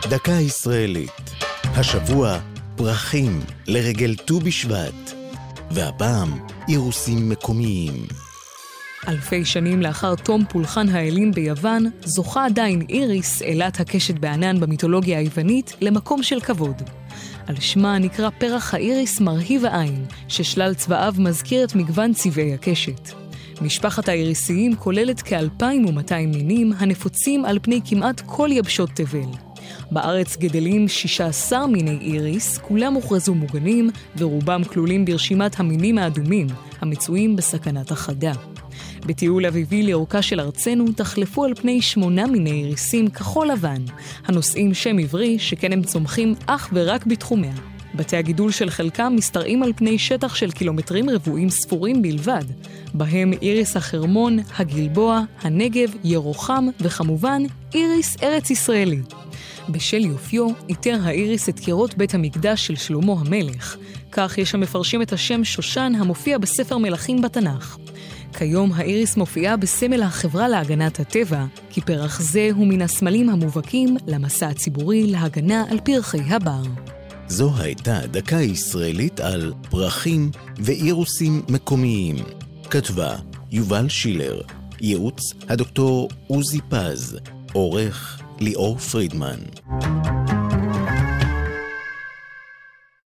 דקה ישראלית. השבוע פרחים לרגל ט"ו בשבט, והפעם אירוסים מקומיים. אלפי שנים לאחר תום פולחן האלים ביוון, זוכה עדיין איריס, אלת הקשת בענן במיתולוגיה היוונית, למקום של כבוד. על שמה נקרא פרח האיריס מרהיב העין, ששלל צבעיו מזכיר את מגוון צבעי הקשת. משפחת האיריסיים כוללת כ-2,200 מינים הנפוצים על פני כמעט כל יבשות תבל. בארץ גדלים 16 מיני איריס, כולם הוכרזו מוגנים, ורובם כלולים ברשימת המינים האדומים, המצויים בסכנת החדה. בטיול אביבי לאורכה של ארצנו תחלפו על פני 8 מיני איריסים כחול לבן, הנושאים שם עברי שכן הם צומחים אך ורק בתחומיה. בתי הגידול של חלקם מסתרעים על פני שטח של קילומטרים רבועים ספורים בלבד, בהם איריס החרמון, הגלבוע, הנגב, ירוחם וכמובן איריס ארץ ישראלי. בשל יופיו איתר האיריס את קירות בית המקדש של שלמה המלך, כך יש המפרשים את השם שושן המופיע בספר מלכים בתנ"ך. כיום האיריס מופיעה בסמל החברה להגנת הטבע, כי פרח זה הוא מן הסמלים המובהקים למסע הציבורי להגנה על פרחי הבר. זו הייתה דקה ישראלית על פרחים ואירוסים מקומיים. כתבה יובל שילר, ייעוץ הדוקטור עוזי פז, עורך ליאור פרידמן.